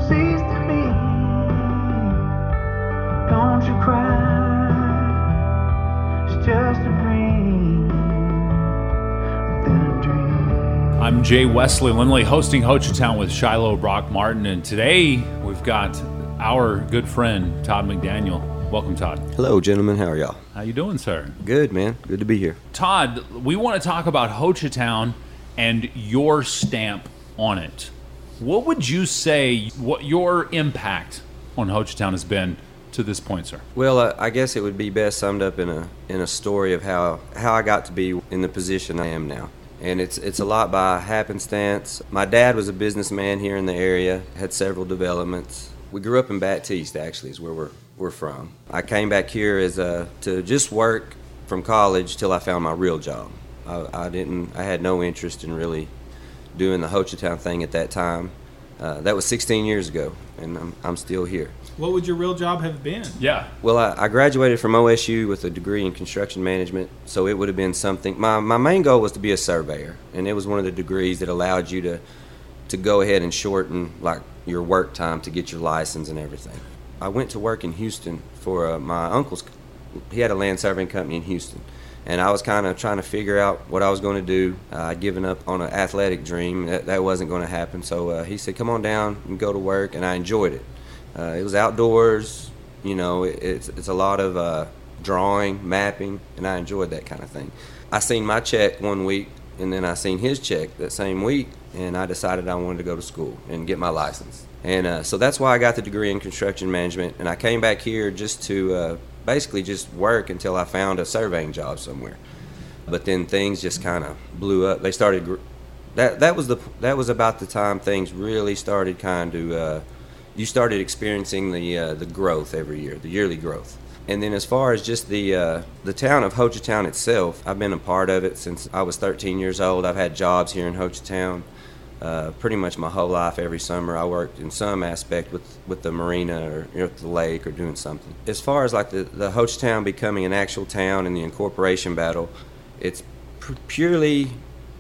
cease to be. Don't you cry, it's just a dream within a dream. I'm Jay Wesley Lindley, hosting Hochatown with Shiloh Brock Martin, and today we've got our good friend Todd McDaniel. Welcome, Todd. Hello, gentlemen. How are y'all? How you doing, sir? Good, man. Good to be here. Todd, we want to talk about Hochatown and your stamp on it. What would you say what your impact on Hochatown has been to this point, sir? Well, I guess it would be best summed up in a story of how I got to be in the position I am now. And it's a lot by happenstance. My dad was a businessman here in the area, had several developments. We grew up in Baptiste, actually, is where we're from. I came back here as to just work from college till I found my real job. I had no interest in really doing the Hochatown thing at that time. That was 16 years ago, and I'm still here. What would your real job have been? Yeah. Well, I graduated from OSU with a degree in construction management, so it would have been something. My main goal was to be a surveyor, and it was one of the degrees that allowed you to go ahead and shorten like your work time to get your license and everything. I went to work in Houston for my uncle's. He had a land surveying company in Houston, and I was kind of trying to figure out what I was going to do. I'd given up on an athletic dream. That wasn't going to happen, so he said, come on down and go to work, and I enjoyed it. It was outdoors, you know, it's a lot of drawing, mapping, and I enjoyed that kind of thing. I seen my check one week, and then I seen his check that same week, and I decided I wanted to go to school and get my license. And so that's why I got the degree in construction management, and I came back here just to basically just work until I found a surveying job somewhere. But then things just kind of blew up. They started, that was about the time things really started kind of, you started experiencing the growth every year, the yearly growth. And then as far as just the town of Hochatown itself, I've been a part of it since I was 13 years old. I've had jobs here in Hochatown pretty much my whole life. Every summer I worked in some aspect with the marina or the lake or doing something. As far as like the Hochatown becoming an actual town and the incorporation battle, it's purely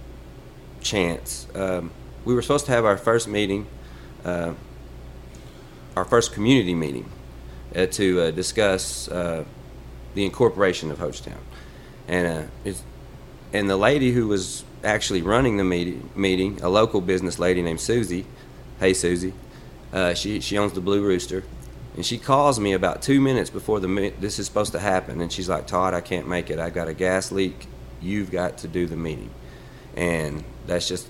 chance. We were supposed to have our first meeting, our first community meeting to discuss the incorporation of Hochatown. And the lady who was actually running the meeting, a local business lady named Susie, hey Susie, she owns the Blue Rooster, and she calls me about 2 minutes before this is supposed to happen, and she's like, Todd, I can't make it. I've got a gas leak. You've got to do the meeting. And that's just,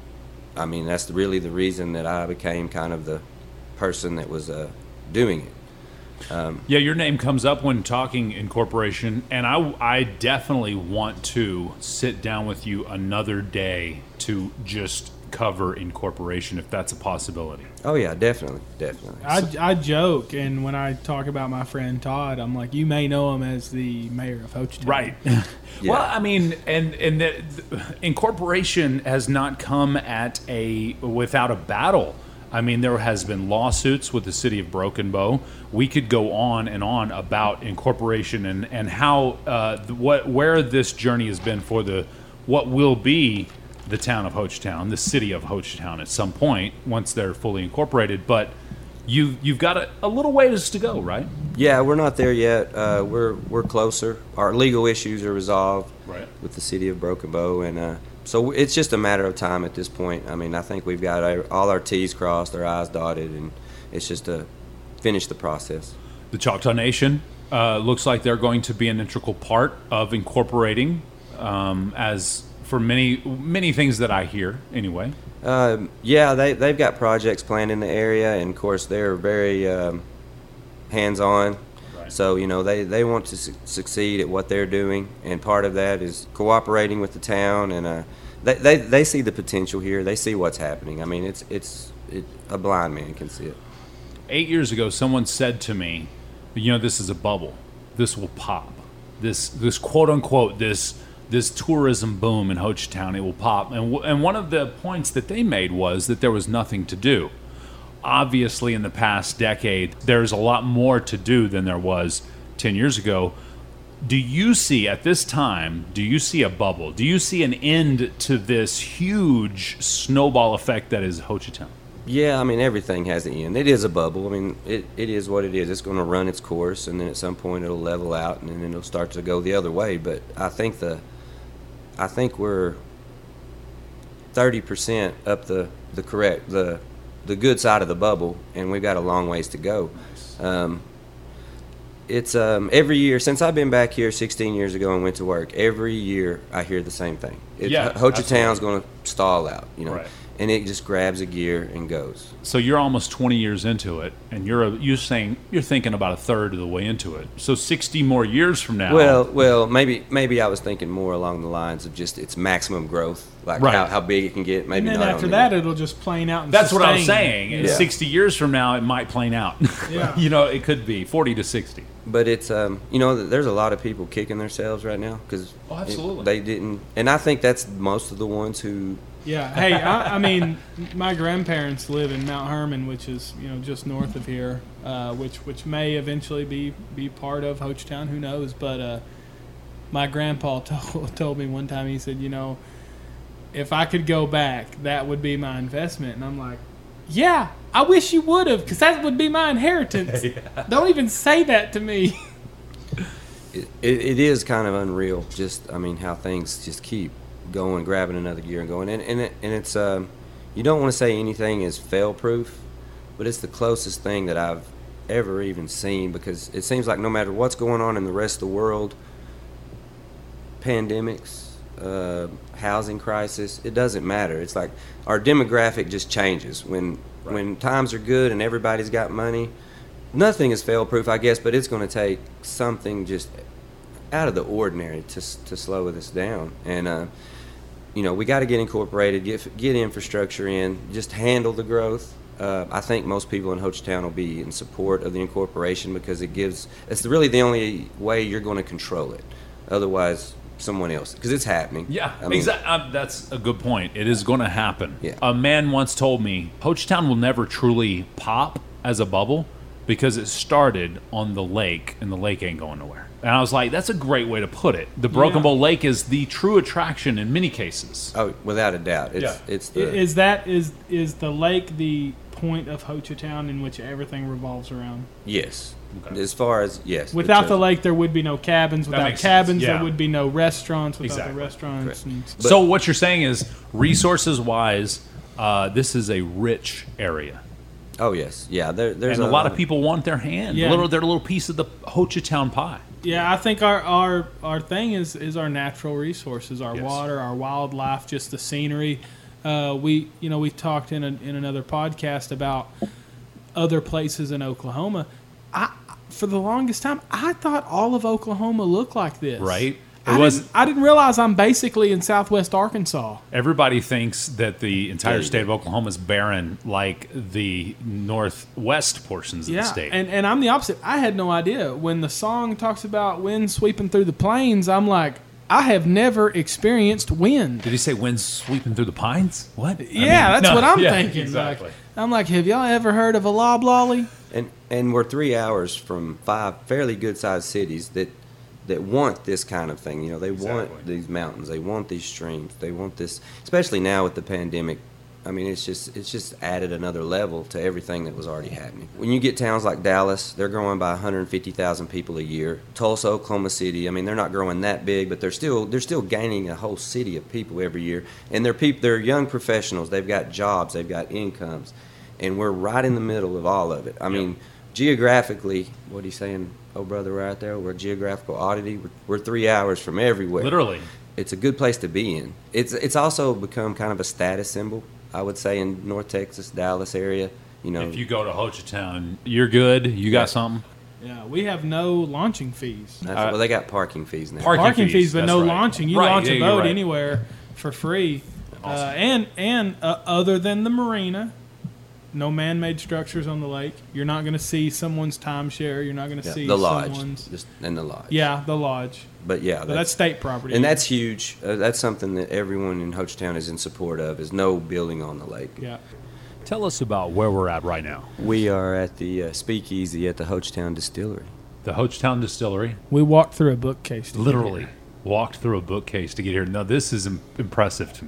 I mean, that's really the reason that I became kind of the person that was doing it. Yeah, your name comes up when talking incorporation, and I definitely want to sit down with you another day to just cover incorporation if that's a possibility. Oh yeah, definitely. I joke, and when I talk about my friend Todd, I'm like, you may know him as the mayor of Hochatown. Right. Yeah. Well, I mean, and the incorporation has not come without a battle. I mean, there has been lawsuits with the city of Broken Bow. We could go on and on about incorporation and how where this journey has been for what will be the town of Hochatown, the city of Hochatown at some point once they're fully incorporated. But you've got a little ways to go, right? Yeah, we're not there yet. We're closer. Our legal issues are resolved with the city of Broken Bow, and so it's just a matter of time at this point. I mean, I think we've got all our T's crossed, our I's dotted, and it's just to finish the process. The Choctaw Nation looks like they're going to be an integral part of incorporating, as for many things that I hear anyway. Yeah, they've got projects planned in the area, and of course they're very hands-on. So, you know, they want to succeed at what they're doing, and part of that is cooperating with the town, and they see the potential here. They see what's happening. I mean, it's a blind man can see it. 8 years ago, someone said to me, you know, this is a bubble. This will pop. This quote-unquote, this tourism boom in Hochatown, it will pop. And one of the points that they made was that there was nothing to do. Obviously, in the past decade, there's a lot more to do than there was 10 years ago. Do you see, at this time, a bubble? Do you see an end to this huge snowball effect that is Hochatown? Yeah, I mean, everything has an end. It is a bubble. I mean, it is what it is. It's going to run its course, and then at some point it'll level out, and then it'll start to go the other way. But I think we're 30% up the good side of the bubble, and we've got a long ways to go. It's every year since I've been back here 16 years ago and went to work. Every year I hear the same thing. Hochatown's going to stall out, Right. and it just grabs a gear and goes. So you're almost 20 years into it, and you're saying you're thinking about a third of the way into it. So 60 more years from now. Well, maybe I was thinking more along the lines of just its maximum growth, like Right. how big it can get. Maybe And then not after on that, the- it'll just plane out and that's what I was sustain. saying. Yeah. 60 years from now, it might plane out. Yeah. It could be 40 to 60. But it's there's a lot of people kicking themselves right now because Oh, absolutely. they didn't, and I think that's most of the ones who. Yeah. Hey, I mean, my grandparents live in Mount Herman, which is just north of here, which may eventually be part of Hochatown. Who knows? But my grandpa told me one time. He said, if I could go back, that would be my investment. And I'm like, yeah, I wish you would have, because that would be my inheritance. Don't even say that to me. It is kind of unreal, how things just keep going, grabbing another gear and going, and it's you don't want to say anything is fail proof, but it's the closest thing that I've ever even seen, because it seems like no matter what's going on in the rest of the world, pandemics, housing crisis, it doesn't matter. It's like our demographic just changes when times are good and everybody's got money. Nothing is fail proof, I guess, but it's going to take something just out of the ordinary to slow this down. And we got to get incorporated, get infrastructure in, just handle the growth. I think most people in Hochatown will be in support of the incorporation, because it's really the only way you're going to control it. Otherwise, someone else, because it's happening. Yeah, I mean, exactly. That's a good point. It is going to happen. Yeah. A man once told me Hochatown will never truly pop as a bubble because it started on the lake, and the lake ain't going nowhere. And I was like, that's a great way to put it. The Broken Bow Lake is the true attraction in many cases. Oh, without a doubt. It's the, Is the lake the point of Hochatown in which everything revolves around? yes. Okay. As far as yes. Without the because- lake, there would be no cabins. Without makes cabins, sense. Yeah. there would be no restaurants. Without Exactly. the restaurants, Correct. and So what you're saying is, resources-wise, this is a rich area. Oh yes, yeah. There's And a lot of people want their hand, Yeah. their little piece of the Hochatown pie. yeah, I think our thing is our natural resources, our Yes. water, our wildlife, just the scenery. We talked in another podcast about other places in Oklahoma. For the longest time, I thought all of Oklahoma looked like this. Right? I didn't realize I'm basically in Southwest Arkansas. Everybody thinks that the entire Yeah, state yeah. of Oklahoma is barren, like the northwest portions of the state. And I'm the opposite. I had no idea. When the song talks about wind sweeping through the plains, I'm like, I have never experienced wind. Did he say winds sweeping through the pines? What? That's what I'm yeah, thinking. Exactly. I'm like, have y'all ever heard of a loblolly? and we're 3 hours from 5 fairly good sized cities that want this kind of thing. They Exactly. want these mountains, they want these streams, they want this, especially now with the pandemic. I mean, it's just added another level to everything that was already happening. When you get towns like Dallas, they're growing by 150,000 people a year. Tulsa, Oklahoma City, I mean, they're not growing that big, but they're still gaining a whole city of people every year. And they're young professionals. They've got jobs, they've got incomes, and we're right in the middle of all of it. I mean, geographically, what are you saying, oh brother, right there? We're geographical oddity. We're 3 hours from everywhere. Literally. It's a good place to be in. It's also become kind of a status symbol, I would say, in North Texas, Dallas area. If you go to Hochatown, you're good. You got something. Yeah, we have no launching fees. well, they got parking fees now. Parking Parking fees, but that's no right. launching. You Right, launch yeah, a you're boat right. anywhere for free. Awesome. And other than the marina, no man-made structures on the lake. You're not going to see someone's timeshare. You're not going to Yeah, see the lodge, someone's. just and the lodge. Yeah, the lodge. But yeah, But that's state property. and that's huge. That's something that everyone in Hochatown is in support of. Is no building on the lake. Yeah. Tell us about where we're at right now. We are at the Speakeasy at the Hochatown Distillery. The Hochatown Distillery. We walked through a bookcase. to get Literally here. walked through a bookcase to get here. Now, this is impressive to me.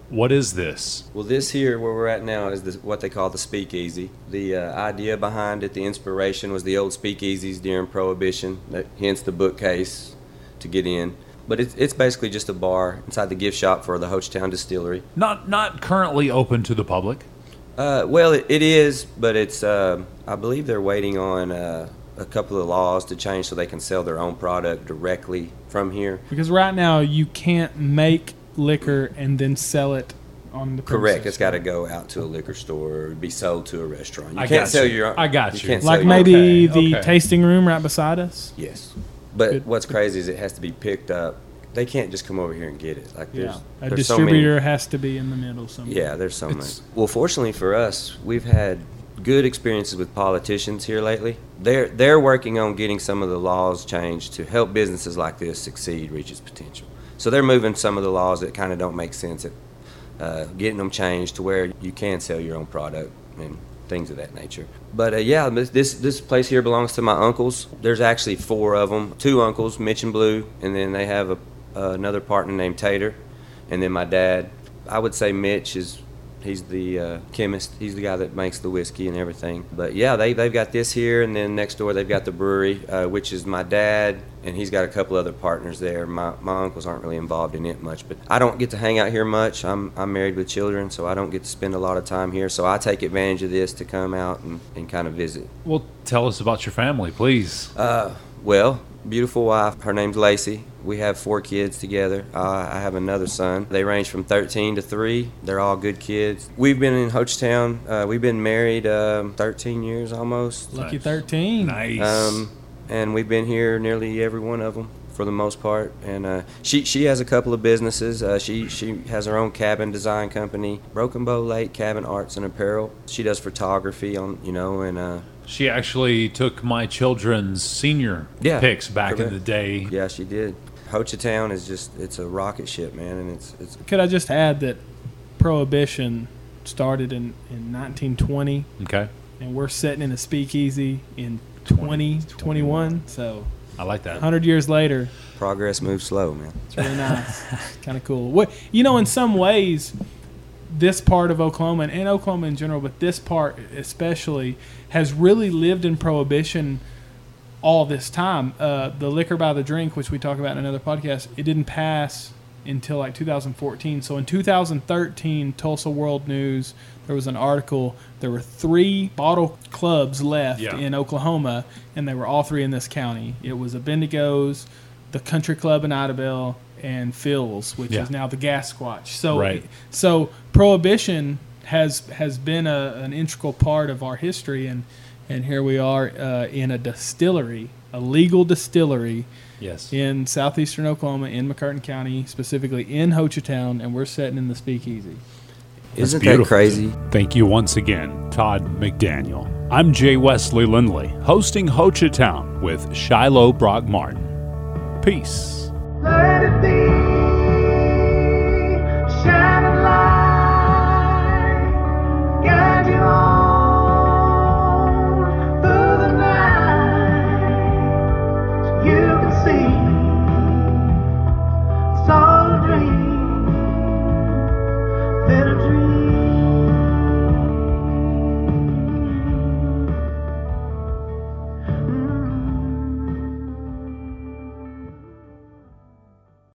What is this? Well, this here, where we're at now, is what they call the speakeasy. The idea behind it, the inspiration, was the old speakeasies during Prohibition, hence the bookcase to get in. But it's basically just a bar inside the gift shop for the Hochtown Distillery. Not currently open to the public. Well, it is, but it's. I believe they're waiting on a couple of laws to change so they can sell their own product directly from here. Because right now you can't make liquor and then sell it on the premises. Correct. It's got to go out to a liquor store or be sold to a restaurant. You I can't got sell you. your own. I got you. Can't sell Like your maybe Okay, the okay. tasting room right beside us. Yes. But Good. what's crazy is it has to be picked up. They can't just come over here and get it. Like Yeah, a there's so many. distributor has to be in the middle somewhere. Yeah, there's so many. It's- Well, fortunately for us, we've had good experiences with politicians here lately. They're working on getting some of the laws changed to help businesses like this succeed, reach its potential. So they're moving some of the laws that kind of don't make sense, getting them changed to where you can sell your own product and things of that nature. But yeah, this place here belongs to my uncles. There's actually 4 of them, 2 uncles, Mitch and Blue, and then they have another partner named Tater, and then my dad. I would say Mitch he's the chemist. He's the guy that makes the whiskey and everything. But yeah, they've got this here, and then next door they've got the brewery, which is my dad, and he's got a couple other partners there. My uncles aren't really involved in it much, but I don't get to hang out here much. I'm married with children, so I don't get to spend a lot of time here. So I take advantage of this to come out and kind of visit. Well, tell us about your family, please. Well, beautiful wife. Her name's Lacey. We have 4 kids together. I have another son. They range from 13 to 3. They're all good kids. We've been in Hochtown. We've been married 13 years almost. Lucky Nice. 13. Nice. And we've been here nearly every one of them for the most part. And she has a couple of businesses. She has her own cabin design company, Broken Bow Lake Cabin Arts and Apparel. She does photography and She actually took my children's senior Yeah, pics back in correct. the day. yeah, she did. Hochtown is it's a rocket ship, man, and it's Could I just add that Prohibition started in 1920, Okay. and we're sitting in a speakeasy in 2021. So I like that. 100 years later, progress moves slow, man. it's really nice. Kind of cool. What in some ways, this part of Oklahoma and Oklahoma in general, but this part especially, has really lived in Prohibition all this time. The liquor by the drink, which we talk about in another podcast, it didn't pass until like 2014. So in 2013, Tulsa World News, there was an article. There were 3 bottle clubs left Yeah. in Oklahoma, and they were all 3 in this county. It was Bendigo's, the Country Club in Idabel, and Phil's, which Yeah. is now the Gas Squatch. So, Right. so Prohibition has been an integral part of our history, and here we are in a distillery, a legal distillery Yes. in southeastern Oklahoma, in McCurtain County, specifically in Hochtown, and we're sitting in the speakeasy. Isn't that beautiful. crazy? Thank you once again, Todd McDaniel. I'm Jay Wesley Lindley, hosting Hochtown with Shiloh Brock Martin. Peace.